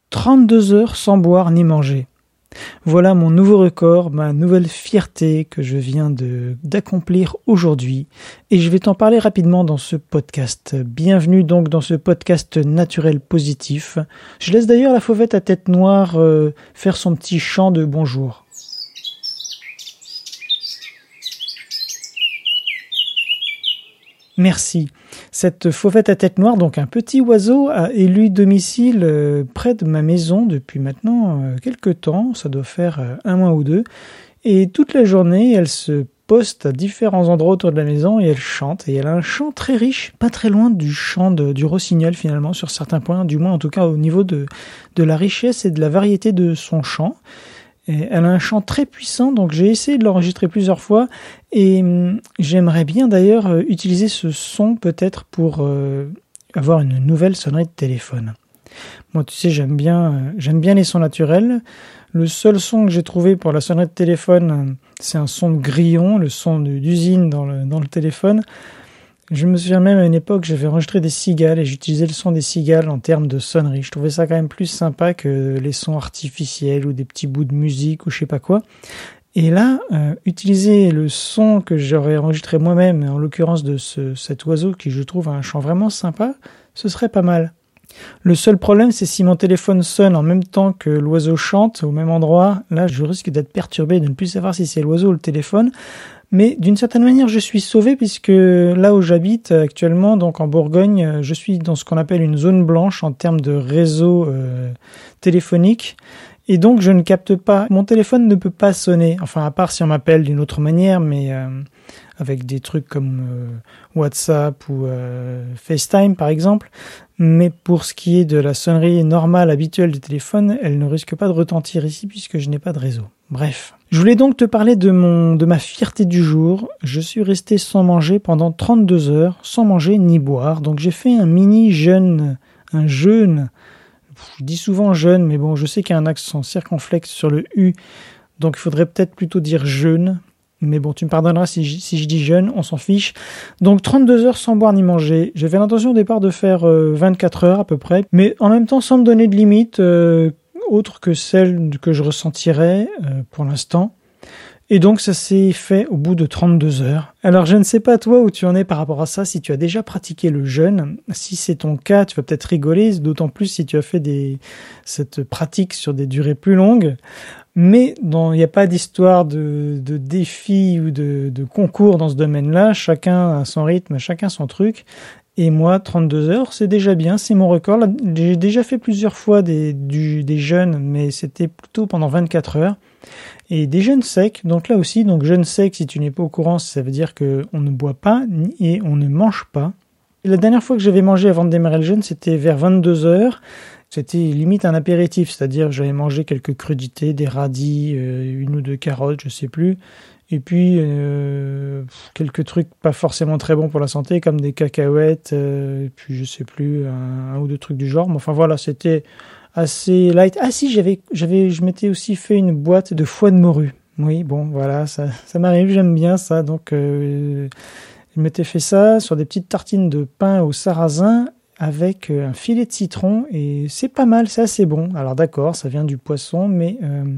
32 heures sans boire ni manger. Voilà mon nouveau record, ma nouvelle fierté que je viens d'accomplir aujourd'hui. Et je vais t'en parler rapidement dans ce podcast. Bienvenue donc dans ce podcast naturel positif. Je laisse d'ailleurs la fauvette à tête noire faire son petit chant de bonjour. Merci. Cette fauvette à tête noire, donc un petit oiseau, a élu domicile près de ma maison depuis maintenant quelques temps. Ça doit faire un mois ou deux. Et toute la journée, elle se poste à différents endroits autour de la maison et elle chante. Et elle a un chant très riche, pas très loin du chant du rossignol finalement sur certains points, du moins en tout cas au niveau de la richesse et de la variété de son chant. Et elle a un chant très puissant, donc j'ai essayé de l'enregistrer plusieurs fois et j'aimerais bien d'ailleurs utiliser ce son peut-être pour avoir une nouvelle sonnerie de téléphone. Moi, tu sais, j'aime bien les sons naturels. Le seul son que j'ai trouvé pour la sonnerie de téléphone, c'est un son de grillon, le son d'usine dans le téléphone. Je me souviens même à une époque, j'avais enregistré des cigales et j'utilisais le son des cigales en termes de sonnerie. Je trouvais ça quand même plus sympa que les sons artificiels ou des petits bouts de musique ou je sais pas quoi. Et là, utiliser le son que j'aurais enregistré moi-même, en l'occurrence de cet oiseau qui je trouve a un chant vraiment sympa, ce serait pas mal. Le seul problème, c'est si mon téléphone sonne en même temps que l'oiseau chante au même endroit, là je risque d'être perturbé et de ne plus savoir si c'est l'oiseau ou le téléphone. Mais d'une certaine manière, je suis sauvé puisque là où j'habite actuellement, donc en Bourgogne, je suis dans ce qu'on appelle une zone blanche en termes de réseau téléphonique. Et donc, je ne capte pas. Mon téléphone ne peut pas sonner. Enfin, à part si on m'appelle d'une autre manière, mais avec des trucs comme WhatsApp ou FaceTime, par exemple. Mais pour ce qui est de la sonnerie normale, habituelle du téléphone, elle ne risque pas de retentir ici puisque je n'ai pas de réseau. Bref. Je voulais donc te parler de ma fierté du jour. Je suis resté sans manger pendant 32 heures, sans manger ni boire. Donc j'ai fait un mini jeûne, un jeûne. Je dis souvent jeûne, mais bon, je sais qu'il y a un accent circonflexe sur le U. Donc il faudrait peut-être plutôt dire jeûne. Mais bon, tu me pardonneras si je dis jeûne, on s'en fiche. Donc 32 heures sans boire ni manger. J'avais l'intention au départ de faire 24 heures à peu près. Mais en même temps, sans me donner de limite, autre que celle que je ressentirais pour l'instant. Et donc ça s'est fait au bout de 32 heures. Alors je ne sais pas toi où tu en es par rapport à ça, si tu as déjà pratiqué le jeûne. Si c'est ton cas, tu vas peut-être rigoler, d'autant plus si tu as fait cette pratique sur des durées plus longues. Mais il n'y a pas d'histoire de défi ou de concours dans ce domaine-là. Chacun a son rythme, chacun son truc. Et moi, 32 heures, c'est déjà bien, c'est mon record. Là, j'ai déjà fait plusieurs fois des jeûnes, mais c'était plutôt pendant 24 heures. Et des jeûnes secs, donc là aussi, donc jeûne sec, si tu n'es pas au courant, ça veut dire qu'on ne boit pas et on ne mange pas. Et la dernière fois que j'avais mangé avant de démarrer le jeûne, c'était vers 22 heures. C'était limite un apéritif, c'est-à-dire que j'avais mangé quelques crudités, des radis, une ou deux carottes, je sais plus. Et puis quelques trucs pas forcément très bons pour la santé, comme des cacahuètes, puis je sais plus, un ou deux trucs du genre. Mais enfin voilà, c'était assez light. Ah si, je m'étais aussi fait une boîte de foie de morue. Oui, bon, voilà, ça m'arrive, j'aime bien ça. Donc je m'étais fait ça sur des petites tartines de pain au sarrasin avec un filet de citron et c'est pas mal, c'est assez bon. Alors d'accord, ça vient du poisson, mais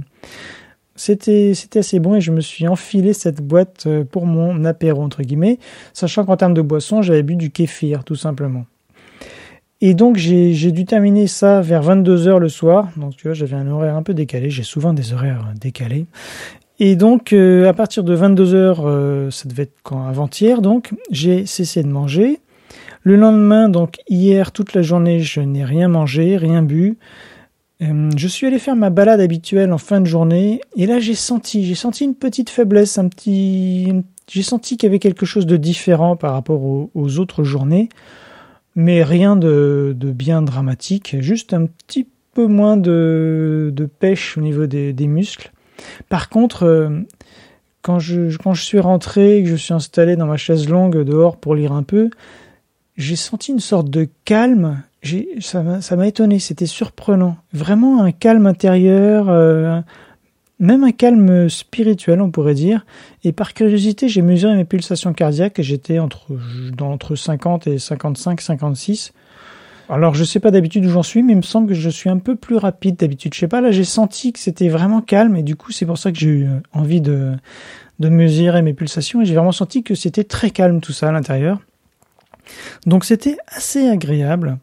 c'était assez bon et je me suis enfilé cette boîte pour mon apéro, entre guillemets, sachant qu'en termes de boisson, j'avais bu du kéfir, tout simplement. Et donc, j'ai dû terminer ça vers 22 heures le soir. Donc, tu vois, j'avais un horaire un peu décalé. J'ai souvent des horaires décalés. Et donc, à partir de 22 heures, ça devait être avant-hier, donc, j'ai cessé de manger. Le lendemain, donc hier, toute la journée, je n'ai rien mangé, rien bu. Je suis allé faire ma balade habituelle en fin de journée. Et là, j'ai senti une petite faiblesse, j'ai senti qu'il y avait quelque chose de différent par rapport aux autres journées. Mais rien de bien dramatique, juste un petit peu moins de pêche au niveau des muscles. Par contre, quand je suis rentré et que je suis installé dans ma chaise longue dehors pour lire un peu, j'ai senti une sorte de calme. Ça m'a étonné, c'était surprenant. Vraiment un calme intérieur, même un calme spirituel, on pourrait dire. Et par curiosité, j'ai mesuré mes pulsations cardiaques et j'étais entre 50 et 55, 56. Alors je sais pas d'habitude où j'en suis, mais il me semble que je suis un peu plus rapide d'habitude. Je sais pas, là j'ai senti que c'était vraiment calme et du coup c'est pour ça que j'ai eu envie de mesurer mes pulsations et j'ai vraiment senti que c'était très calme tout ça à l'intérieur. Donc c'était assez agréable.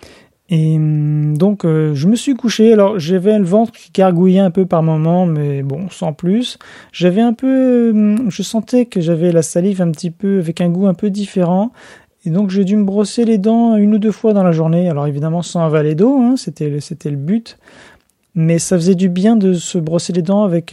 Et donc je me suis couché, alors j'avais le ventre qui gargouillait un peu par moment, mais bon, sans plus. J'avais un peu, je sentais que j'avais la salive un petit peu, avec un goût un peu différent. Et donc j'ai dû me brosser les dents 1 ou 2 fois dans la journée. Alors évidemment sans avaler d'eau, hein, c'était le but. Mais ça faisait du bien de se brosser les dents avec,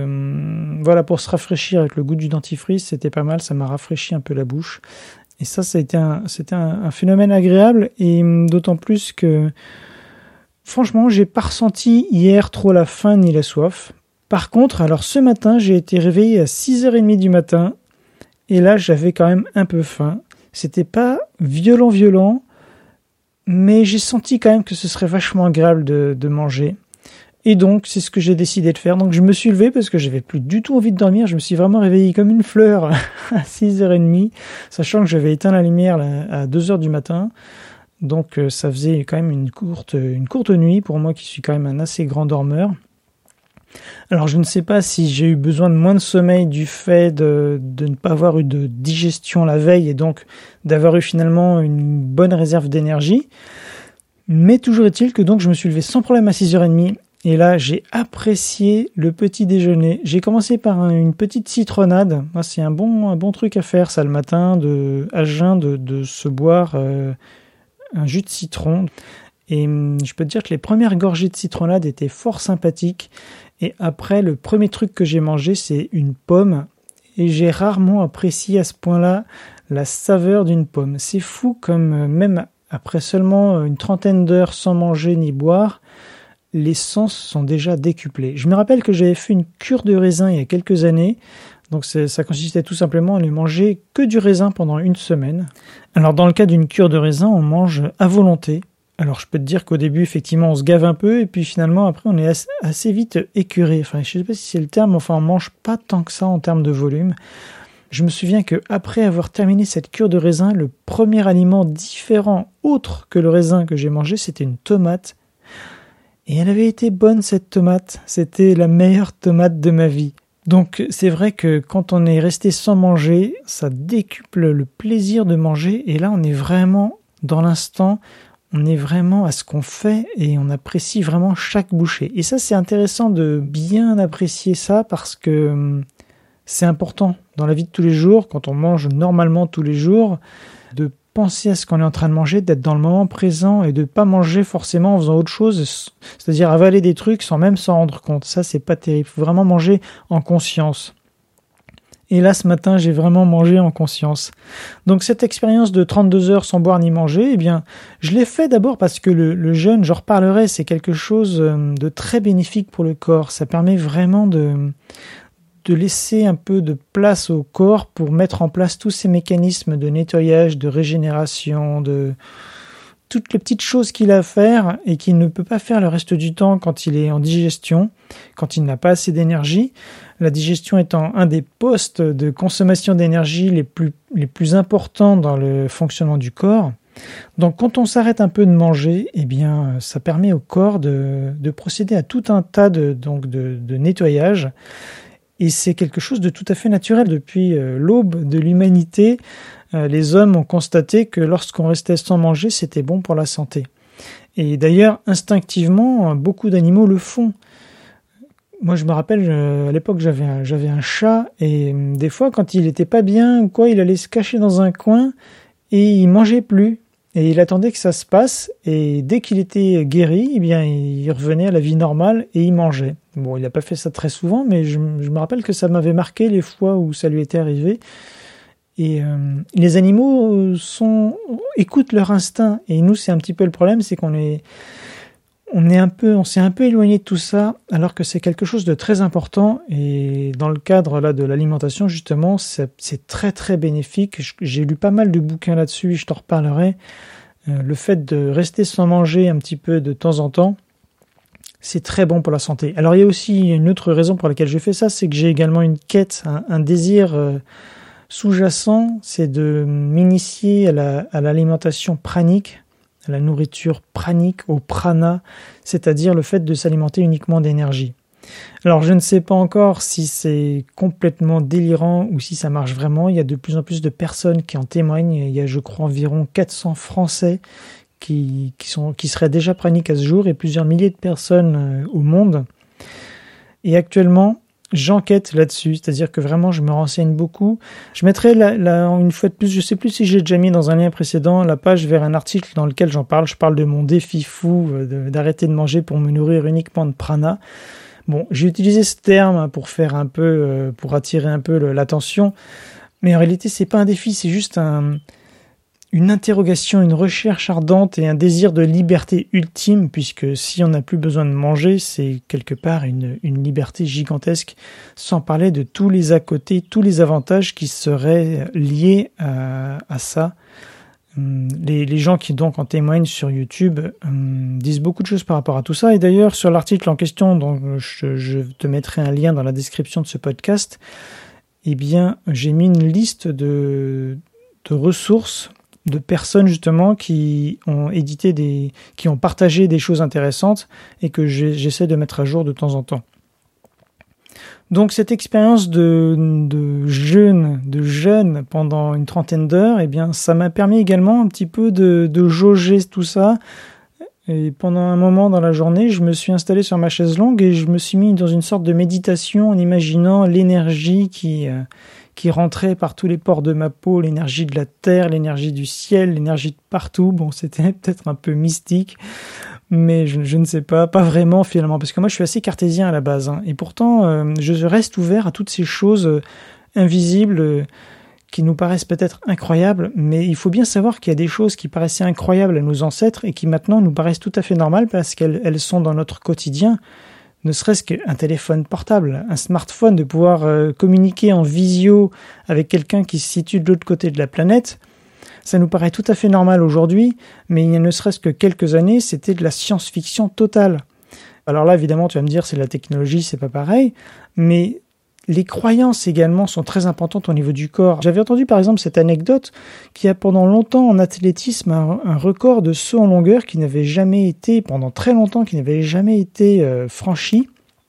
voilà, pour se rafraîchir avec le goût du dentifrice, c'était pas mal, ça m'a rafraîchi un peu la bouche. Et ça a été c'était un phénomène agréable, et d'autant plus que, franchement, j'ai pas ressenti hier trop la faim ni la soif. Par contre, alors ce matin, j'ai été réveillé à 6h30 du matin, et là, j'avais quand même un peu faim. C'était pas violent, mais j'ai senti quand même que ce serait vachement agréable de manger. Et donc, c'est ce que j'ai décidé de faire. Donc, je me suis levé parce que j'avais plus du tout envie de dormir. Je me suis vraiment réveillé comme une fleur à 6h30, sachant que j'avais éteint la lumière à 2h du matin. Donc, ça faisait quand même une courte nuit pour moi qui suis quand même un assez grand dormeur. Alors, je ne sais pas si j'ai eu besoin de moins de sommeil du fait de ne pas avoir eu de digestion la veille et donc d'avoir eu finalement une bonne réserve d'énergie. Mais toujours est-il que donc je me suis levé sans problème à 6h30. Et là, j'ai apprécié le petit déjeuner. J'ai commencé par une petite citronnade. C'est un bon truc à faire, ça, le matin, à jeun, de se boire un jus de citron. Et je peux te dire que les premières gorgées de citronnade étaient fort sympathiques. Et après, le premier truc que j'ai mangé, c'est une pomme. Et j'ai rarement apprécié à ce point-là la saveur d'une pomme. C'est fou comme même après seulement une trentaine d'heures sans manger ni boire, les sens sont déjà décuplés. Je me rappelle que j'avais fait une cure de raisin il y a quelques années. Donc ça consistait tout simplement à ne manger que du raisin pendant 1 semaine. Alors dans le cas d'une cure de raisin, on mange à volonté. Alors je peux te dire qu'au début, effectivement, on se gave un peu et puis finalement, après, on est assez vite écœuré. Enfin, je ne sais pas si c'est le terme, enfin, on mange pas tant que ça en termes de volume. Je me souviens qu'après avoir terminé cette cure de raisin, le premier aliment différent autre que le raisin que j'ai mangé, c'était une tomate. Et elle avait été bonne, cette tomate. C'était la meilleure tomate de ma vie. Donc c'est vrai que quand on est resté sans manger, ça décuple le plaisir de manger. Et là, on est vraiment dans l'instant, on est vraiment à ce qu'on fait et on apprécie vraiment chaque bouchée. Et ça, c'est intéressant de bien apprécier ça parce que c'est important dans la vie de tous les jours, quand on mange normalement tous les jours, de penser à ce qu'on est en train de manger, d'être dans le moment présent et de ne pas manger forcément en faisant autre chose, c'est-à-dire avaler des trucs sans même s'en rendre compte. Ça, c'est pas terrible. Il faut vraiment manger en conscience. Et là, ce matin, j'ai vraiment mangé en conscience. Donc cette expérience de 32 heures sans boire ni manger, eh bien, je l'ai fait d'abord parce que le jeûne, j'en reparlerai, c'est quelque chose de très bénéfique pour le corps. Ça permet vraiment de laisser un peu de place au corps pour mettre en place tous ces mécanismes de nettoyage, de régénération, de toutes les petites choses qu'il a à faire et qu'il ne peut pas faire le reste du temps quand il est en digestion, quand il n'a pas assez d'énergie. La digestion étant un des postes de consommation d'énergie les plus importants dans le fonctionnement du corps. Donc quand on s'arrête un peu de manger, eh bien, ça permet au corps de procéder à tout un tas de nettoyage. Et c'est quelque chose de tout à fait naturel. Depuis l'aube de l'humanité, les hommes ont constaté que lorsqu'on restait sans manger, c'était bon pour la santé. Et d'ailleurs, instinctivement, beaucoup d'animaux le font. Moi, je me rappelle, à l'époque, j'avais un chat, et des fois, quand il était pas bien ou quoi, il allait se cacher dans un coin, et il mangeait plus. Et il attendait que ça se passe, et dès qu'il était guéri, eh bien, il revenait à la vie normale et il mangeait. Bon, il n'a pas fait ça très souvent, mais je me rappelle que ça m'avait marqué les fois où ça lui était arrivé. Et les animaux écoutent leur instinct, et nous, c'est un petit peu le problème, c'est qu'on s'est un peu éloigné de tout ça, alors que c'est quelque chose de très important. Et dans le cadre là de l'alimentation, justement, c'est très très bénéfique. J'ai lu pas mal de bouquins là-dessus, je t'en reparlerai. Le fait de rester sans manger un petit peu de temps en temps, c'est très bon pour la santé. Alors il y a aussi une autre raison pour laquelle je fais ça, c'est que j'ai également une quête, un désir sous-jacent, c'est de m'initier à l'alimentation pranique. la nourriture pranique, au prana, c'est-à-dire le fait de s'alimenter uniquement d'énergie. Alors je ne sais pas encore si c'est complètement délirant ou si ça marche vraiment. Il y a de plus en plus de personnes qui en témoignent. Il y a, je crois, environ 400 Français qui seraient déjà praniques à ce jour et plusieurs milliers de personnes au monde. Et actuellement, j'enquête là-dessus, c'est-à-dire que vraiment je me renseigne beaucoup. Je mettrai une fois de plus, je sais plus si j'ai déjà mis dans un lien précédent la page vers un article dans lequel j'en parle. Je parle de mon défi fou d'arrêter de manger pour me nourrir uniquement de prana. Bon, j'ai utilisé ce terme pour faire un peu, pour attirer un peu l'attention, mais en réalité c'est pas un défi, c'est juste une interrogation, une recherche ardente et un désir de liberté ultime, puisque si on n'a plus besoin de manger, c'est quelque part une liberté gigantesque, sans parler de tous les à côté, tous les avantages qui seraient liés à ça. Les gens qui donc en témoignent sur YouTube disent beaucoup de choses par rapport à tout ça. Et d'ailleurs, sur l'article en question, dont je te mettrai un lien dans la description de ce podcast, eh bien, j'ai mis une liste de ressources de personnes justement qui ont qui ont partagé des choses intéressantes et que j'essaie de mettre à jour de temps en temps. Donc cette expérience de jeûne pendant une trentaine d'heures, eh bien ça m'a permis également un petit peu de jauger tout ça. Et pendant un moment dans la journée, je me suis installé sur ma chaise longue et je me suis mis dans une sorte de méditation en imaginant l'énergie qui rentrait par tous les pores de ma peau, l'énergie de la terre, l'énergie du ciel, l'énergie de partout. Bon, c'était peut-être un peu mystique, mais je ne sais pas vraiment finalement, parce que moi je suis assez cartésien à la base, hein, et pourtant je reste ouvert à toutes ces choses invisibles qui nous paraissent peut-être incroyables, mais il faut bien savoir qu'il y a des choses qui paraissaient incroyables à nos ancêtres et qui maintenant nous paraissent tout à fait normales parce qu'elles sont dans notre quotidien. Ne serait-ce qu'un téléphone portable, un smartphone, de pouvoir communiquer en visio avec quelqu'un qui se situe de l'autre côté de la planète, ça nous paraît tout à fait normal aujourd'hui, mais il y a ne serait-ce que quelques années, c'était de la science-fiction totale. Alors là, évidemment, tu vas me dire, c'est la technologie, c'est pas pareil, mais les croyances également sont très importantes au niveau du corps. J'avais entendu par exemple cette anecdote qu'il y a pendant longtemps en athlétisme un record de saut en longueur qui n'avait jamais été, pendant très longtemps, qui n'avait jamais été franchi.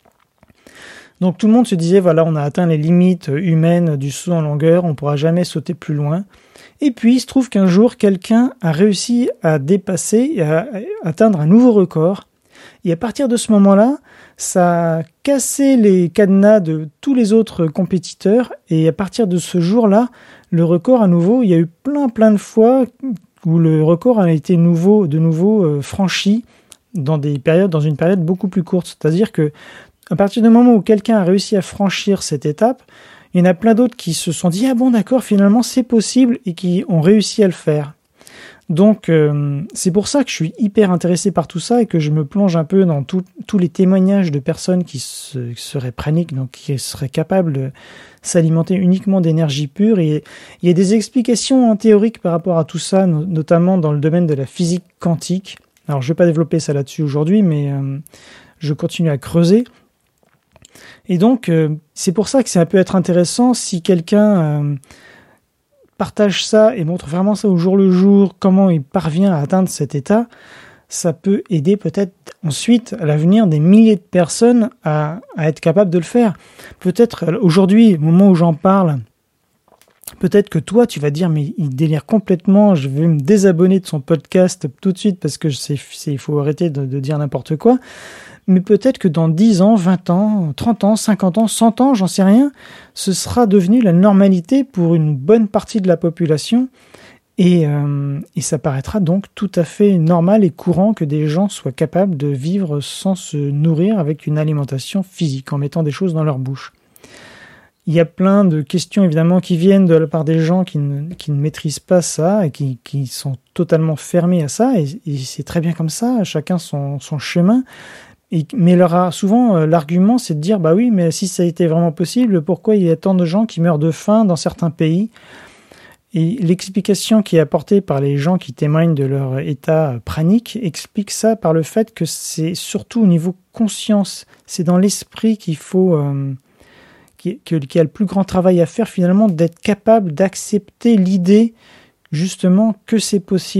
Donc tout le monde se disait, voilà, on a atteint les limites humaines du saut en longueur, on ne pourra jamais sauter plus loin. Et puis il se trouve qu'un jour, quelqu'un a réussi à dépasser et à atteindre un nouveau record. Et à partir de ce moment-là, ça a cassé les cadenas de tous les autres compétiteurs. Et à partir de ce jour-là, le record à nouveau, il y a eu plein de fois où le record a été de nouveau franchi dans une période beaucoup plus courte. C'est-à-dire que à partir du moment où quelqu'un a réussi à franchir cette étape, il y en a plein d'autres qui se sont dit « Ah bon, d'accord, finalement c'est possible » et qui ont réussi à le faire. Donc c'est pour ça que je suis hyper intéressé par tout ça et que je me plonge un peu dans tous les témoignages de personnes qui seraient praniques, donc qui seraient capables de s'alimenter uniquement d'énergie pure. Et il y a des explications théoriques par rapport à tout ça, notamment dans le domaine de la physique quantique. Alors je ne vais pas développer ça là-dessus aujourd'hui, mais je continue à creuser. Et donc c'est pour ça que ça peut être intéressant si quelqu'un partage ça et montre vraiment ça au jour le jour, comment il parvient à atteindre cet état, ça peut aider peut-être ensuite à l'avenir des milliers de personnes à être capables de le faire. Peut-être aujourd'hui, au moment où j'en parle, peut-être que toi tu vas dire mais il délire complètement, je vais me désabonner de son podcast tout de suite parce que il faut arrêter de dire n'importe quoi. Mais peut-être que dans 10 ans, 20 ans, 30 ans, 50 ans, 100 ans, j'en sais rien, ce sera devenu la normalité pour une bonne partie de la population et ça paraîtra donc tout à fait normal et courant que des gens soient capables de vivre sans se nourrir avec une alimentation physique, en mettant des choses dans leur bouche. Il y a plein de questions évidemment qui viennent de la part des gens qui ne maîtrisent pas ça et qui sont totalement fermés à ça et c'est très bien comme ça, chacun son chemin. Mais souvent, l'argument, c'est de dire, bah oui, mais si ça a été vraiment possible, pourquoi il y a tant de gens qui meurent de faim dans certains pays ? Et l'explication qui est apportée par les gens qui témoignent de leur état pranique explique ça par le fait que c'est surtout au niveau conscience, c'est dans l'esprit qu'il faut, qu'il y a le plus grand travail à faire finalement, d'être capable d'accepter l'idée justement que c'est possible.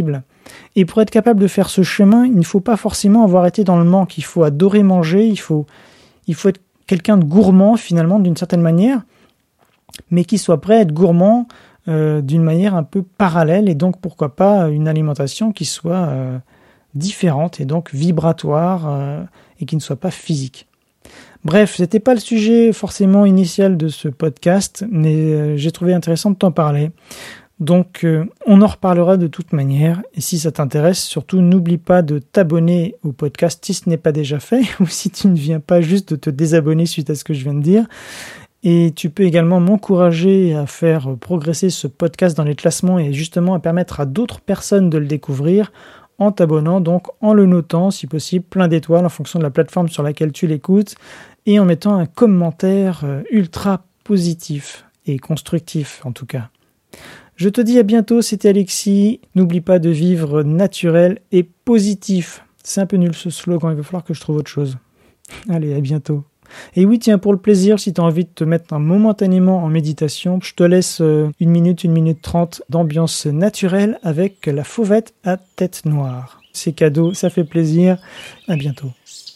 Et pour être capable de faire ce chemin, il ne faut pas forcément avoir été dans le manque. Il faut adorer manger, il faut être quelqu'un de gourmand finalement d'une certaine manière, mais qui soit prêt à être gourmand d'une manière un peu parallèle, et donc pourquoi pas une alimentation qui soit différente et donc vibratoire et qui ne soit pas physique. Bref, c'était pas le sujet forcément initial de ce podcast, mais j'ai trouvé intéressant de t'en parler. Donc on en reparlera de toute manière, et si ça t'intéresse, surtout n'oublie pas de t'abonner au podcast si ce n'est pas déjà fait, ou si tu ne viens pas juste de te désabonner suite à ce que je viens de dire. Et tu peux également m'encourager à faire progresser ce podcast dans les classements et justement à permettre à d'autres personnes de le découvrir en t'abonnant, donc en le notant, si possible, plein d'étoiles en fonction de la plateforme sur laquelle tu l'écoutes et en mettant un commentaire ultra positif et constructif en tout cas. Je te dis à bientôt, c'était Alexis. N'oublie pas de vivre naturel et positif. C'est un peu nul ce slogan, il va falloir que je trouve autre chose. Allez, à bientôt. Et oui, tiens, pour le plaisir, si tu as envie de te mettre momentanément en méditation, je te laisse 1 minute 30 d'ambiance naturelle avec la fauvette à tête noire. C'est cadeau, ça fait plaisir. À bientôt.